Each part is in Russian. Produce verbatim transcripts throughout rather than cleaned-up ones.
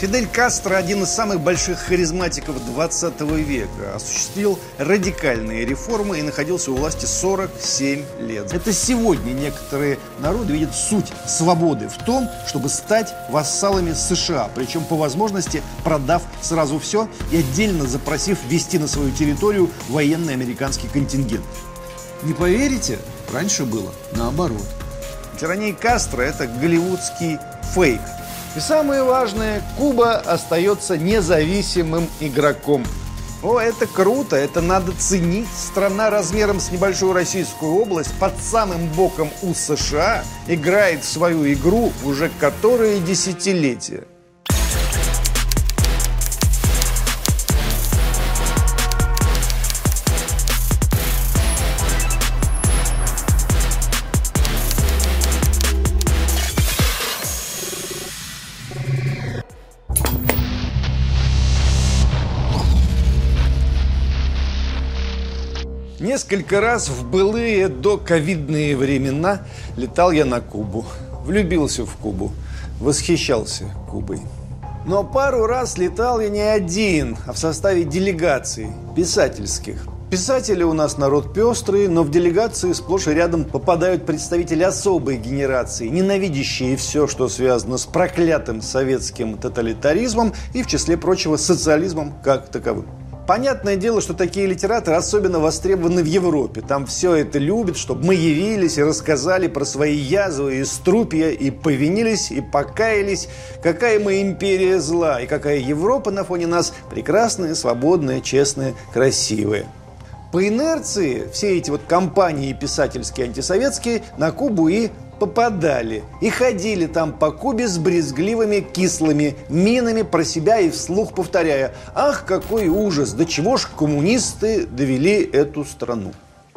Фидель Кастро, один из самых больших харизматиков двадцатого века, осуществил радикальные реформы и находился у власти сорок семь лет. Это сегодня некоторые народы видят суть свободы в том, чтобы стать вассалами США, причем по возможности продав сразу все и отдельно запросив ввести на свою территорию военный американский контингент. Не поверите, раньше было наоборот. Тирания Кастро – это голливудский фейк. И самое важное, Куба остается независимым игроком. О, это круто, это надо ценить. Страна размером с небольшую российскую область под самым боком у США играет в свою игру уже которые десятилетия. Несколько раз в былые доковидные времена летал я на Кубу. Влюбился в Кубу, восхищался Кубой. Но пару раз летал я не один, а в составе делегаций писательских. Писатели у нас народ пестрый, но в делегации сплошь и рядом попадают представители особой генерации, ненавидящие все, что связано с проклятым советским тоталитаризмом и, в числе прочего, социализмом как таковым. Понятное дело, что такие литераторы особенно востребованы в Европе. Там все это любят, чтобы мы явились и рассказали про свои язвы и струпья, и повинились, и покаялись. Какая мы империя зла, и какая Европа на фоне нас прекрасная, свободная, честная, красивая. По инерции все эти вот компании писательские, антисоветские на Кубу и попадали. И ходили там по Кубе с брезгливыми кислыми минами про себя и вслух повторяя: «Ах, какой ужас! До чего ж коммунисты довели эту страну!»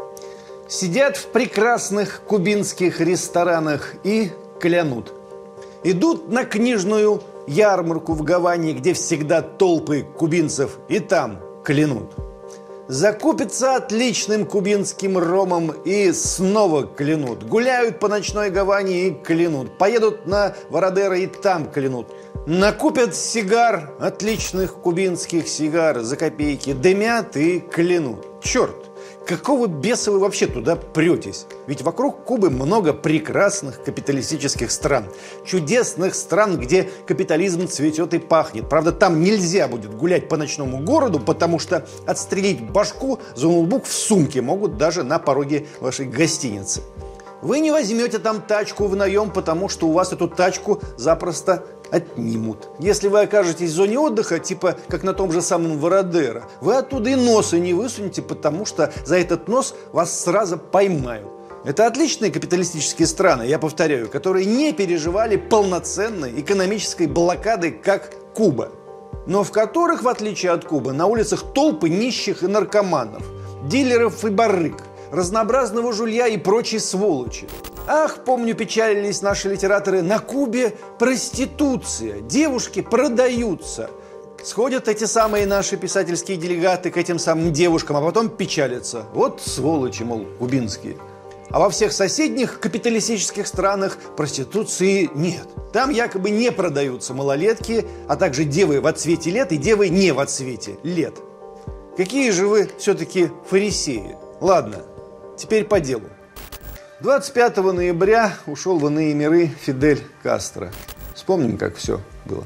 Сидят в прекрасных кубинских ресторанах и клянут. Идут на книжную ярмарку в Гаване, где всегда толпы кубинцев, и там клянут. Закупятся отличным кубинским ромом и снова клянут. Гуляют по ночной Гаване и клянут. Поедут на Вородеро и там клянут. Накупят сигар, отличных кубинских сигар за копейки, дымят и клянут. Черт! Какого беса вы вообще туда претесь? Ведь вокруг Кубы много прекрасных капиталистических стран. Чудесных стран, где капитализм цветет и пахнет. Правда, там нельзя будет гулять по ночному городу, потому что отстрелить башку за ноутбук в сумке могут даже на пороге вашей гостиницы. Вы не возьмете там тачку в наем, потому что у вас эту тачку запросто отнимут. Если вы окажетесь в зоне отдыха, типа как на том же самом Вородеро, вы оттуда и носа не высунете, потому что за этот нос вас сразу поймают. Это отличные капиталистические страны, я повторяю, которые не переживали полноценной экономической блокады, как Куба. Но в которых, в отличие от Кубы, на улицах толпы нищих и наркоманов, дилеров и барыг, разнообразного жулья и прочей сволочи. Ах, помню, печалились наши литераторы, на Кубе проституция, девушки продаются. Сходят эти самые наши писательские делегаты к этим самым девушкам, а потом печалятся. Вот сволочи, мол, кубинские. А во всех соседних капиталистических странах проституции нет. Там якобы не продаются малолетки, а также девы в отцвете лет и девы не в отцвете лет. Какие же вы все-таки фарисеи? Ладно, теперь по делу. двадцать пятого ноября ушел в иные миры Фидель Кастро. Вспомним, как все было.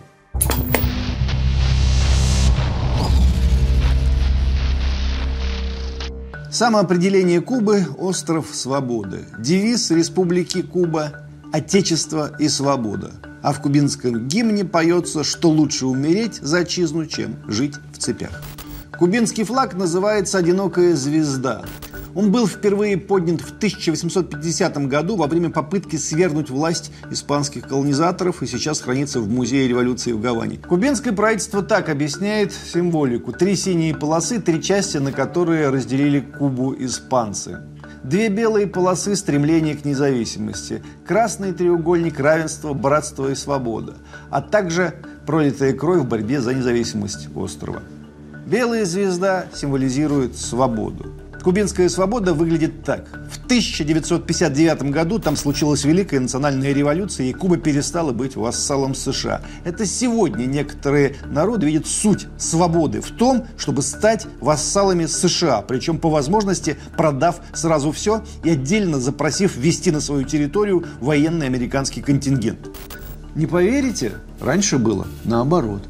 Самоопределение Кубы – остров свободы. Девиз Республики Куба – Отечество и свобода. А в кубинском гимне поется, что лучше умереть за отчизну, чем жить в цепях. Кубинский флаг называется «Одинокая звезда». Он был впервые поднят в тысяча восемьсот пятидесятом году во время попытки свергнуть власть испанских колонизаторов и сейчас хранится в Музее революции в Гаване. Кубинское правительство так объясняет символику. Три синие полосы, три части, на которые разделили Кубу испанцы. Две белые полосы – стремление к независимости. Красный треугольник – равенство, братство и свобода. А также пролитая кровь в борьбе за независимость острова. Белая звезда символизирует свободу. кубинская свобода выглядит так. В тысяча девятьсот пятьдесят девятом году там случилась Великая национальная революция, и Куба перестала быть вассалом США. Это сегодня некоторые народы видят суть свободы в том, чтобы стать вассалами США, причем по возможности продав сразу все и отдельно запросив ввести на свою территорию военный американский контингент. Не поверите, раньше было наоборот.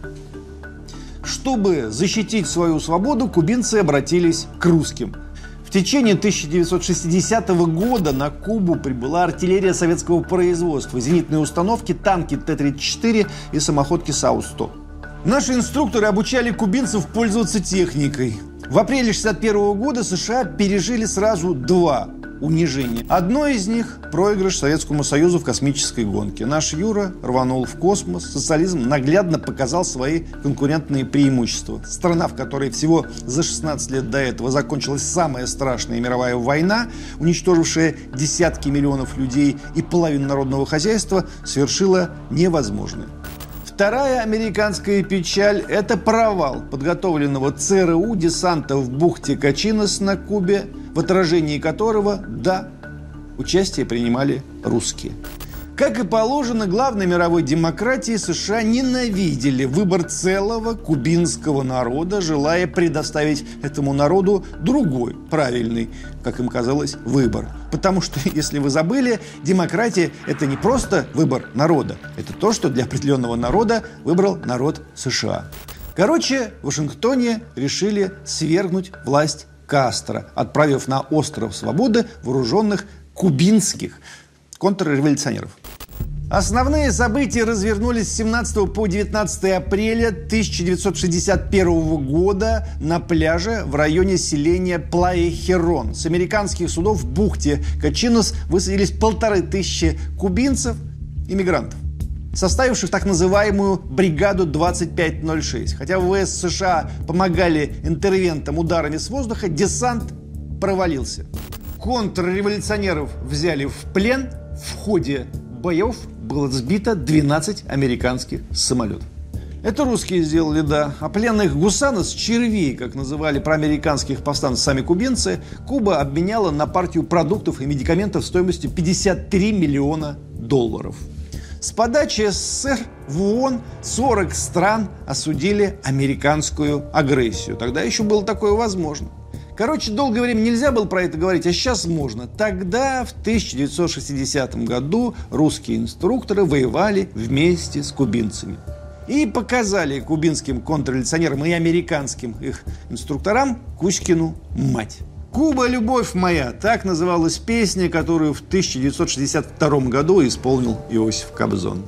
Чтобы защитить свою свободу, кубинцы обратились к русским. В течение тысяча девятьсот шестидесятого года на Кубу прибыла артиллерия советского производства, зенитные установки, танки Т тридцать четыре и самоходки С А У сто. Наши инструкторы обучали кубинцев пользоваться техникой. В апреле шестьдесят первого года США пережили сразу два унижения. Одно из них – проигрыш Советскому Союзу в космической гонке. Наш Юра рванул в космос. Социализм наглядно показал свои конкурентные преимущества. Страна, в которой всего за шестнадцать лет до этого закончилась самая страшная мировая война, уничтожившая десятки миллионов людей и половину народного хозяйства, совершила невозможное. Вторая американская печаль – это провал подготовленного Ц Р У десанта в бухте Качинос на Кубе, в отражении которого, да, участие принимали русские. Как и положено главной мировой демократии, США ненавидели выбор целого кубинского народа, желая предоставить этому народу другой, правильный, как им казалось, выбор. Потому что, если вы забыли, демократия – это не просто выбор народа, это то, что для определенного народа выбрал народ США. Короче, в Вашингтоне решили свергнуть власть Кастро, отправив на остров Свободы вооруженных кубинских контрреволюционеров. Основные события развернулись с семнадцатого по девятнадцатое апреля тысяча девятьсот шестьдесят первого года на пляже в районе селения Плая-Херон. С американских судов в бухте Качинос высадились полторы тысячи кубинцев, иммигрантов, составивших так называемую бригаду двадцать пять ноль шесть. Хотя ВВС США помогали интервентам ударами с воздуха, десант провалился. Контрреволюционеров взяли в плен. В ходе боев было сбито двенадцать американских самолетов. Это русские сделали, да. А пленных гусанос, червей, как называли проамериканских повстанцев сами кубинцы, Куба обменяла на партию продуктов и медикаментов стоимостью пятьдесят три миллиона долларов. С подачи С С С Р в ООН сорок стран осудили американскую агрессию. Тогда еще было такое возможно. Короче, долгое время нельзя было про это говорить, а сейчас можно. Тогда, в тысяча девятьсот шестидесятом году, русские инструкторы воевали вместе с кубинцами. И показали кубинским контрреволюционерам и американским их инструкторам Кузькину мать. «Куба, любовь моя» – так называлась песня, которую в тысяча девятьсот шестьдесят втором году исполнил Иосиф Кобзон.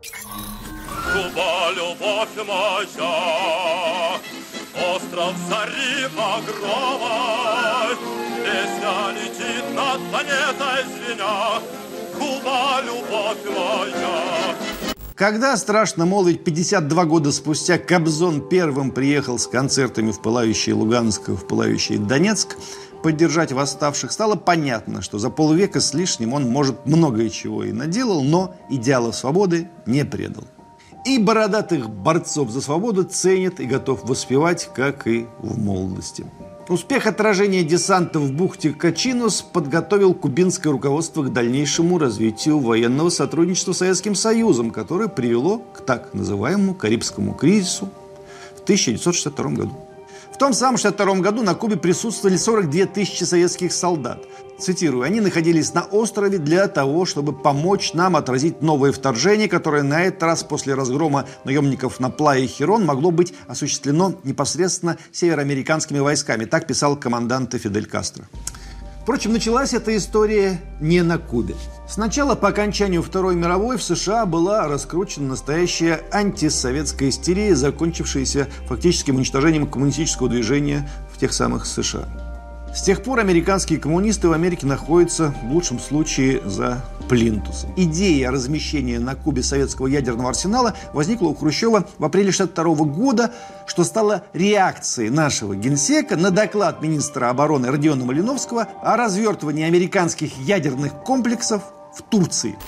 Куба, любовь моя, остров зари багровой, песня летит над планетой звеня. Куба, любовь моя. Когда, страшно молвить, пятьдесят два года спустя Кобзон первым приехал с концертами в пылающий Луганск, в пылающий Донецк поддержать восставших, стало понятно, что за полвека с лишним он, может, многое чего и наделал, но идеалов свободы не предал. И бородатых борцов за свободу ценит и готов воспевать, как и в молодости. Успех отражения десанта в бухте Качинос подготовил кубинское руководство к дальнейшему развитию военного сотрудничества с Советским Союзом, которое привело к так называемому Карибскому кризису в тысяча девятьсот шестьдесят втором году. В том самом шестьдесят втором году на Кубе присутствовали сорок две тысячи советских солдат. Цитирую, они находились на острове для того, чтобы помочь нам отразить новое вторжение, которое на этот раз после разгрома наемников на Плая-Херон могло быть осуществлено непосредственно североамериканскими войсками. Так писал командант Фидель Кастро. Впрочем, началась эта история не на Кубе. Сначала, по окончанию Второй мировой, в США была раскручена настоящая антисоветская истерия, закончившаяся фактическим уничтожением коммунистического движения в тех самых США. С тех пор американские коммунисты в Америке находятся, в лучшем случае, за плинтусом. Идея размещения на Кубе советского ядерного арсенала возникла у Хрущева в апреле шестьдесят второго года, что стало реакцией нашего генсека на доклад министра обороны Родиона Малиновского о развертывании американских ядерных комплексов в Турции.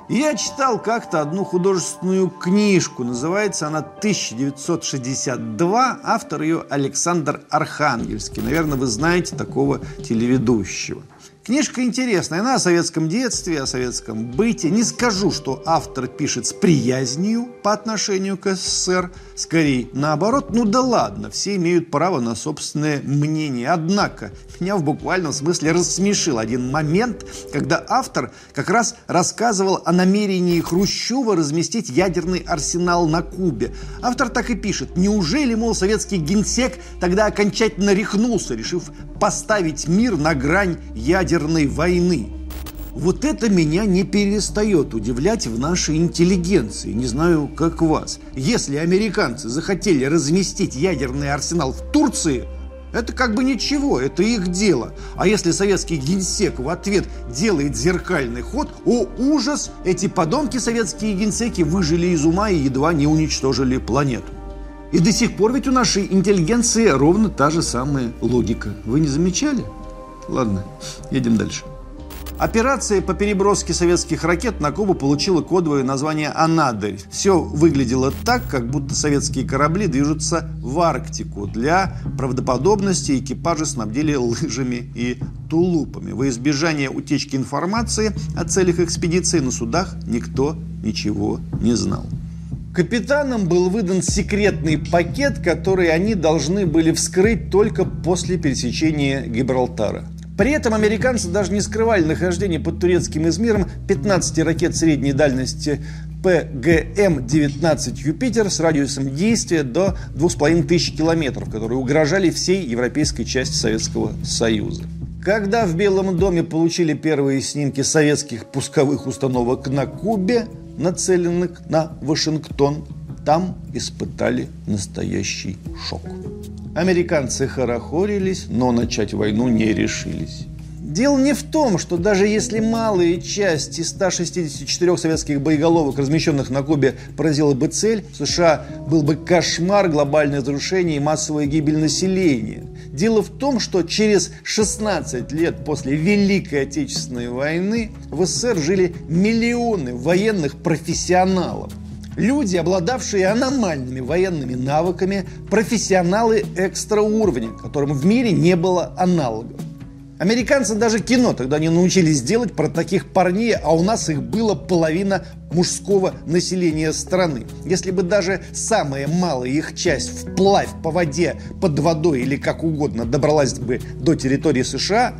Я читал как-то одну художественную книжку, называется она «тысяча девятьсот шестьдесят два», автор ее Александр Архангельский. Наверное, вы знаете такого телеведущего. Книжка интересная, она о советском детстве, о советском быте. Не скажу, что автор пишет с приязнью по отношению к СССР, скорее наоборот. Ну да ладно, все имеют право на собственное мнение. Однако меня в буквальном смысле рассмешил один момент, когда автор как раз рассказывал о намерении Хрущева разместить ядерный арсенал на Кубе. Автор так и пишет: неужели, мол, советский генсек тогда окончательно рехнулся, решив поставить мир на грань ядерной войны? Вот это меня не перестает удивлять в нашей интеллигенции. Не знаю, как вас. Если американцы захотели разместить ядерный арсенал в Турции, это как бы ничего, это их дело. А если советский генсек в ответ делает зеркальный ход, о ужас, эти подонки советские генсеки выжили из ума и едва не уничтожили планету. И до сих пор ведь у нашей интеллигенции ровно та же самая логика. Вы не замечали? Ладно, едем дальше. Операция по переброске советских ракет на Кубу получила кодовое название «Анадырь». Все выглядело так, как будто советские корабли движутся в Арктику. Для правдоподобности экипажи снабдили лыжами и тулупами. Во избежание утечки информации о целях экспедиции на судах никто ничего не знал. Капитанам был выдан секретный пакет, который они должны были вскрыть только после пересечения Гибралтара. При этом американцы даже не скрывали нахождение под турецким Измиром пятнадцати ракет средней дальности Пэ Гэ Эм девятнадцать «Юпитер» с радиусом действия до двух с половиной тысяч километров, которые угрожали всей европейской части Советского Союза. Когда в Белом доме получили первые снимки советских пусковых установок на Кубе, нацеленных на Вашингтон, там испытали настоящий шок. Американцы хорохорились, но начать войну не решились. Дело не в том, что даже если малая часть из ста шестидесяти четырёх советских боеголовок, размещенных на Кубе, поразила бы цель, в США был бы кошмар, глобальное разрушение и массовая гибель населения. Дело в том, что через шестнадцать лет после Великой Отечественной войны в СССР жили миллионы военных профессионалов. Люди, обладавшие аномальными военными навыками, профессионалы экстрауровня, которым в мире не было аналогов. Американцы даже кино тогда не научились делать про таких парней, а у нас их было половина мужского населения страны. Если бы даже самая малая их часть вплавь по воде, под водой или как угодно добралась бы до территории США,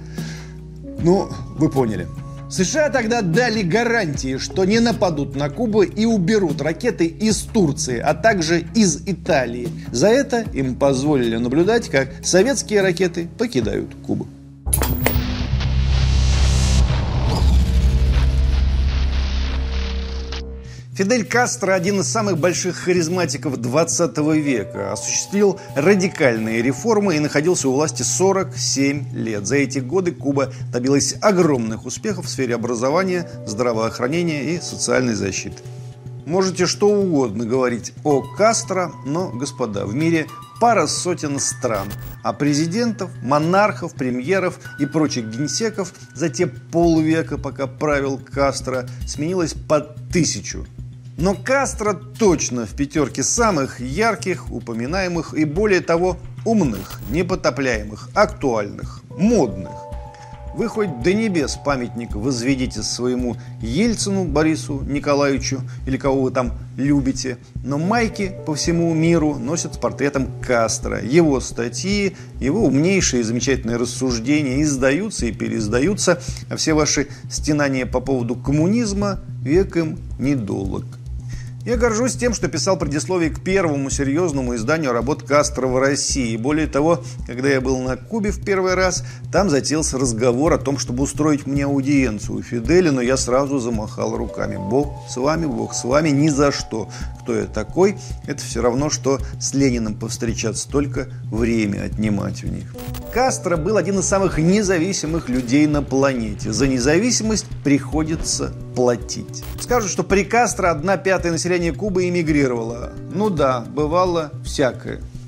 ну, вы поняли. США тогда дали гарантии, что не нападут на Кубу и уберут ракеты из Турции, а также из Италии. За это им позволили наблюдать, как советские ракеты покидают Кубу. Фидель Кастро, один из самых больших харизматиков двадцатого века, осуществил радикальные реформы и находился у власти сорок семь лет. За эти годы Куба добилась огромных успехов в сфере образования, здравоохранения и социальной защиты. Можете что угодно говорить о Кастро, но, господа, в мире пара сотен стран, а президентов, монархов, премьеров и прочих генсеков за те полвека, пока правил Кастро, сменилось по тысячу. Но Кастро точно в пятерке самых ярких, упоминаемых и, более того, умных, непотопляемых, актуальных, модных. Вы хоть до небес памятник возведите своему Ельцину Борису Николаевичу или кого вы там любите, но майки по всему миру носят с портретом Кастро. Его статьи, его умнейшие и замечательные рассуждения издаются и переиздаются, а все ваши стенания по поводу коммунизма век им недолог. Я горжусь тем, что писал предисловие к первому серьезному изданию работ Кастро в России. Более того, когда я был на Кубе в первый раз, там затеялся разговор о том, чтобы устроить мне аудиенцию у Фиделя, но я сразу замахал руками. Бог с вами, Бог с вами, ни за что. Кто я такой? Это все равно, что с Лениным повстречаться, только время отнимать у них. Кастро был один из самых независимых людей на планете. За независимость приходится платить. Скажут, что при Кастро одна пятая населения Кубы эмигрировала. Ну да, бывало всякое.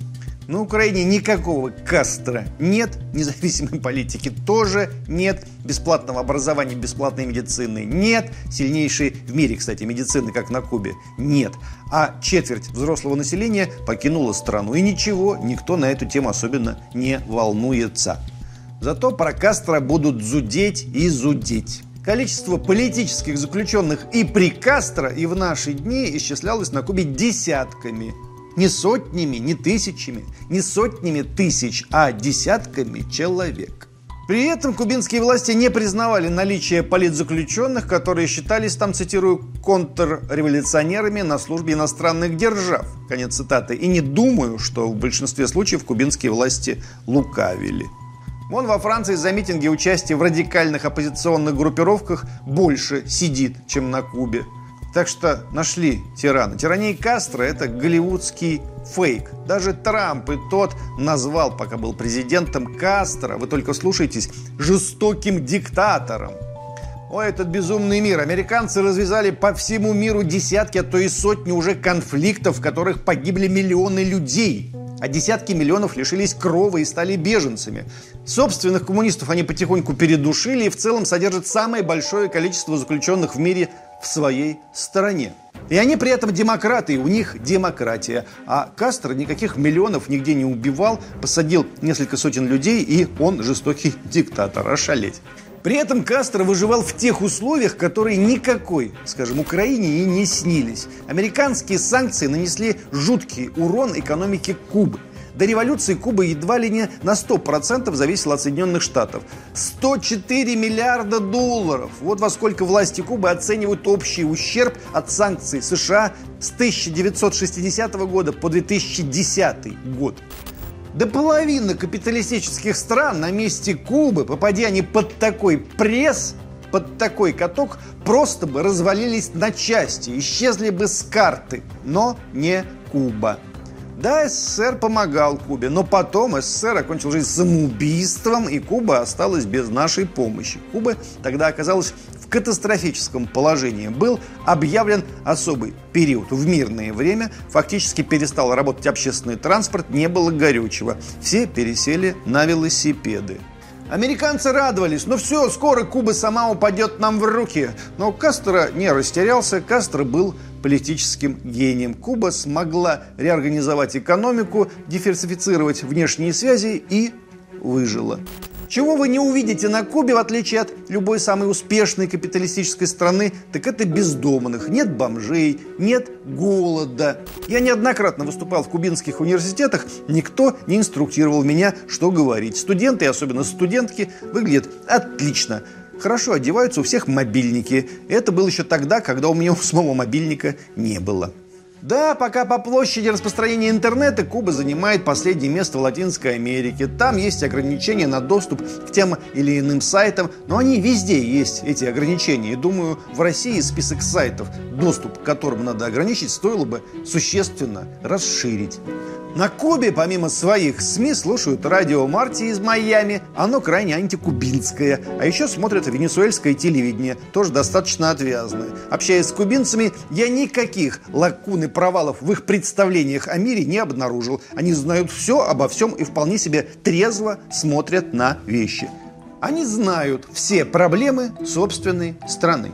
На Украине никакого Кастро нет, независимой политики тоже нет, бесплатного образования, бесплатной медицины нет, сильнейшей в мире, кстати, медицины, как на Кубе, нет. А четверть взрослого населения покинула страну. И ничего, никто на эту тему особенно не волнуется. Зато про Кастро будут зудеть и зудеть. Количество политических заключенных и при Кастро, и в наши дни исчислялось на Кубе десятками. Не сотнями, не тысячами, не сотнями тысяч, а десятками человек. При этом кубинские власти не признавали наличие политзаключенных, которые считались, там цитирую, контрреволюционерами на службе иностранных держав. Конец цитаты. И не думаю, что в большинстве случаев кубинские власти лукавили. Вон во Франции за митинги участие в радикальных оппозиционных группировках больше сидит, чем на Кубе. Так что нашли тирана. Тирания Кастро – это голливудский фейк. Даже Трамп и тот назвал, пока был президентом, Кастро, вы только слушайтесь, жестоким диктатором. Ой, этот безумный мир. Американцы развязали по всему миру десятки, а то и сотни уже конфликтов, в которых погибли миллионы людей. А десятки миллионов лишились крови и стали беженцами. Собственных коммунистов они потихоньку передушили и в целом содержат самое большое количество заключенных в мире в своей стране. И они при этом демократы, и у них демократия. А Кастро никаких миллионов нигде не убивал, посадил несколько сотен людей, и он жестокий диктатор. Ошалеть. При этом Кастро выживал в тех условиях, которые никакой, скажем, Украине и не снились. Американские санкции нанесли жуткий урон экономике Кубы. До революции Куба едва ли не на сто процентов зависела от Соединенных Штатов. сто четыре миллиарда долларов. Вот во сколько власти Кубы оценивают общий ущерб от санкций США с тысяча девятьсот шестидесятого года по две тысячи десятый год. До половины капиталистических стран на месте Кубы, попадя они под такой пресс, под такой каток, просто бы развалились на части, исчезли бы с карты. Но не Куба. Да, СССР помогал Кубе, но потом СССР окончил жизнь самоубийством, и Куба осталась без нашей помощи. Куба тогда оказалась в катастрофическом положении. Был объявлен особый период. В мирное время фактически перестал работать общественный транспорт, не было горючего. Все пересели на велосипеды. Американцы радовались, ну все, скоро Куба сама упадет нам в руки. Но Кастро не растерялся, Кастро был политическим гением. Куба смогла реорганизовать экономику, диверсифицировать внешние связи и выжила. Чего вы не увидите на Кубе, в отличие от любой самой успешной капиталистической страны, так это бездомных. Нет бомжей, нет голода. Я неоднократно выступал в кубинских университетах, никто не инструктировал меня, что говорить. Студенты, особенно студентки, выглядят отлично. Хорошо одеваются, у всех мобильники. Это было еще тогда, когда у меня у самого мобильника не было. Да, пока по площади распространения интернета Куба занимает последнее место в Латинской Америке. Там есть ограничения на доступ к тем или иным сайтам, но они везде есть, эти ограничения. И думаю, в России список сайтов, доступ к которым надо ограничить, стоило бы существенно расширить. На Кубе, помимо своих СМИ, слушают радио Марти из Майами. Оно крайне антикубинское. А еще смотрят венесуэльское телевидение, тоже достаточно отвязное. Общаясь с кубинцами, я никаких лакун и провалов в их представлениях о мире не обнаружил. Они знают все обо всем и вполне себе трезво смотрят на вещи. Они знают все проблемы собственной страны.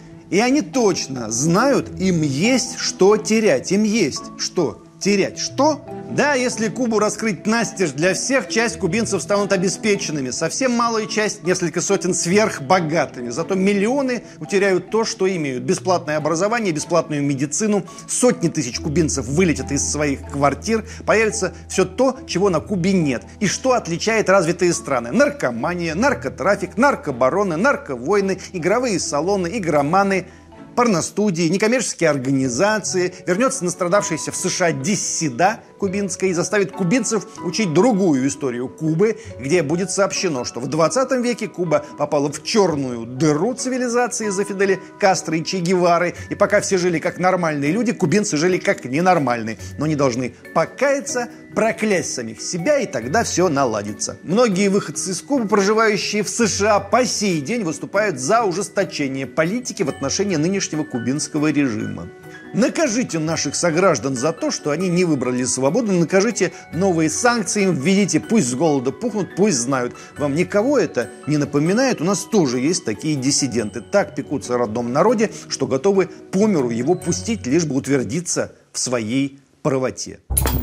И они точно знают, им есть что терять. Им есть что терять. Что? Да, если Кубу раскрыть настежь для всех, часть кубинцев станут обеспеченными. Совсем малая часть, несколько сотен сверхбогатыми. Зато миллионы утеряют то, что имеют. Бесплатное образование, бесплатную медицину. Сотни тысяч кубинцев вылетят из своих квартир. Появится все то, чего на Кубе нет. И что отличает развитые страны? Наркомания, наркотрафик, наркобароны, нарковойны, игровые салоны, игроманы, порностудии, некоммерческие организации, вернется настрадавшаяся в США диссида кубинская и заставит кубинцев учить другую историю Кубы, где будет сообщено, что в двадцатом веке Куба попала в черную дыру цивилизации из-за Фиделя Кастро и Че Гевары, и пока все жили как нормальные люди, кубинцы жили как ненормальные, но они должны покаяться, проклясть самих себя, и тогда все наладится. Многие выходцы из Кубы, проживающие в США, по сей день выступают за ужесточение политики в отношении нынешнего кубинского режима. Накажите наших сограждан за то, что они не выбрали свободу, накажите новые санкции им введите, пусть с голода пухнут, пусть знают. Вам никого это не напоминает? У нас тоже есть такие диссиденты. Так пекутся о родном народе, что готовы по миру его пустить, лишь бы утвердиться в своей правоте.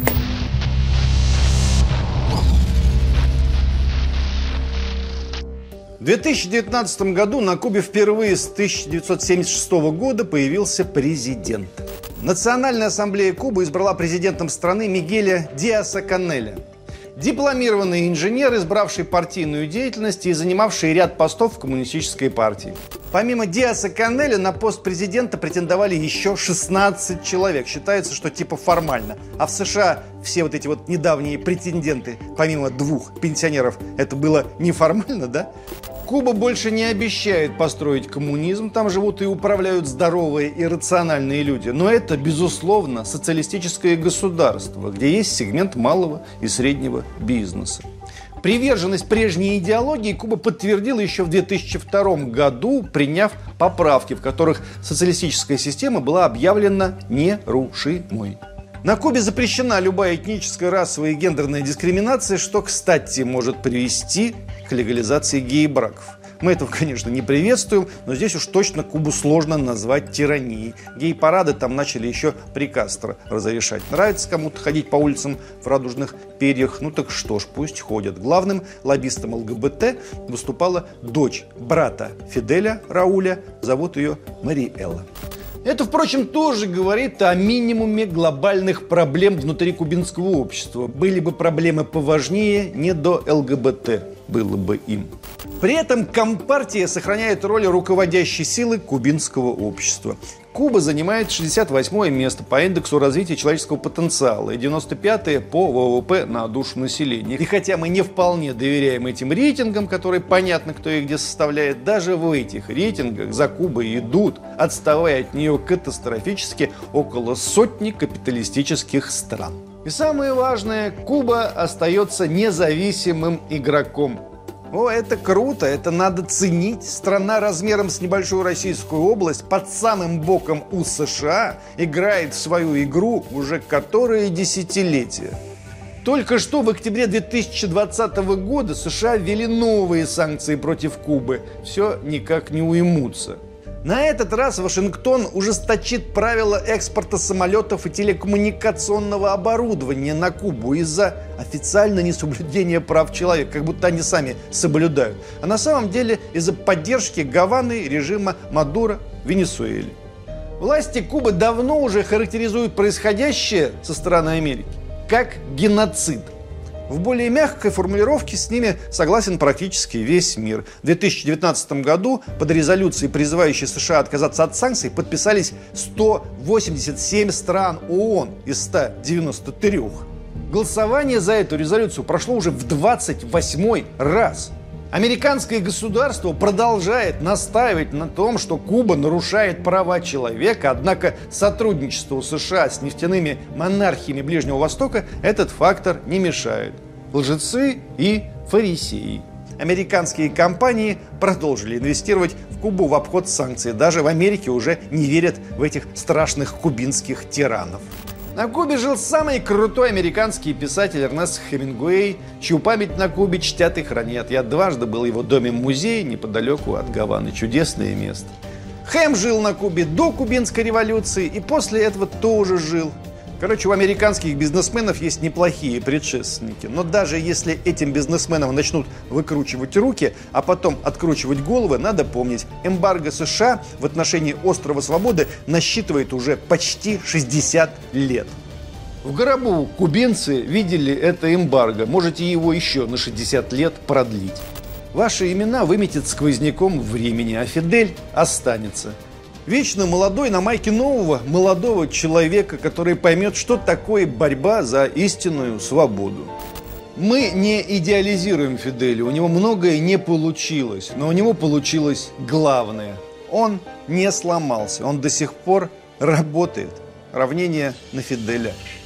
В две тысячи девятнадцатом году на Кубе впервые с тысяча девятьсот семьдесят шестого года появился президент. Национальная ассамблея Кубы избрала президентом страны Мигеля Диаса-Канеля. Дипломированный инженер, избравший партийную деятельность и занимавший ряд постов в коммунистической партии. Помимо Диаса-Канеля на пост президента претендовали еще шестнадцать человек. Считается, что типа формально. А в США все вот эти вот недавние претенденты, помимо двух пенсионеров, это было неформально, да? Куба больше не обещает построить коммунизм, там живут и управляют здоровые и рациональные люди. Но это, безусловно, социалистическое государство, где есть сегмент малого и среднего бизнеса. Приверженность прежней идеологии Куба подтвердила еще в две тысячи втором году, приняв поправки, в которых социалистическая система была объявлена нерушимой. На Кубе запрещена любая этническая, расовая и гендерная дискриминация, что, кстати, может привести к легализации гей-браков. Мы этого, конечно, не приветствуем, но здесь уж точно Кубу сложно назвать тиранией. Гей-парады там начали еще при Кастро разрешать. Нравится кому-то ходить по улицам в радужных перьях? Ну так что ж, пусть ходят. Главным лоббистом ЛГБТ выступала дочь брата Фиделя Рауля, зовут ее Мариэлла. Это, впрочем, тоже говорит о минимуме глобальных проблем внутри кубинского общества. Были бы проблемы поважнее, не до ЛГБТ было бы им. При этом Компартия сохраняет роль руководящей силы кубинского общества. Куба занимает шестьдесят восьмое место по индексу развития человеческого потенциала и девяносто пятое по ВВП на душу населения. И хотя мы не вполне доверяем этим рейтингам, которые понятно, кто их где составляет, даже в этих рейтингах за Кубой идут, отставая от нее катастрофически, около сотни капиталистических стран. И самое важное, Куба остается независимым игроком. О, это круто, это надо ценить. Страна размером с небольшую российскую область под самым боком у США играет в свою игру уже которые десятилетия. Только что в октябре две тысячи двадцатого года США ввели новые санкции против Кубы. Все никак не уймутся. На этот раз Вашингтон ужесточит правила экспорта самолетов и телекоммуникационного оборудования на Кубу из-за официально несоблюдения прав человека, как будто они сами соблюдают. А на самом деле из-за поддержки Гаваны режима Мадуро в Венесуэле. Власти Кубы давно уже характеризуют происходящее со стороны Америки как геноцид. В более мягкой формулировке с ними согласен практически весь мир. В две тысячи девятнадцатом году под резолюцией, призывающей США отказаться от санкций, подписались сто восемьдесят семь стран ООН из ста девяноста трёх. Голосование за эту резолюцию прошло уже в двадцать восьмой раз. Американское государство продолжает настаивать на том, что Куба нарушает права человека, однако сотрудничеству США с нефтяными монархиями Ближнего Востока этот фактор не мешает. Лжецы и фарисеи. Американские компании продолжили инвестировать в Кубу в обход санкций. Даже в Америке уже не верят в этих страшных кубинских тиранов. На Кубе жил самый крутой американский писатель Эрнест Хемингуэй, чью память на Кубе чтят и хранят. Я дважды был в его доме-музее неподалеку от Гаваны. Чудесное место. Хэм жил на Кубе до кубинской революции и после этого тоже жил. Короче, у американских бизнесменов есть неплохие предшественники. Но даже если этим бизнесменам начнут выкручивать руки, а потом откручивать головы, надо помнить, эмбарго США в отношении острова Свободы насчитывает уже почти шестьдесят лет. В гробу кубинцы видели это эмбарго. Можете его еще на шестьдесят лет продлить. Ваши имена выметят сквозняком времени, а Фидель останется. Вечно молодой на майке нового молодого человека, который поймет, что такое борьба за истинную свободу. Мы не идеализируем Фиделя, у него многое не получилось, но у него получилось главное. Он не сломался, он до сих пор работает. Равнение на Фиделя.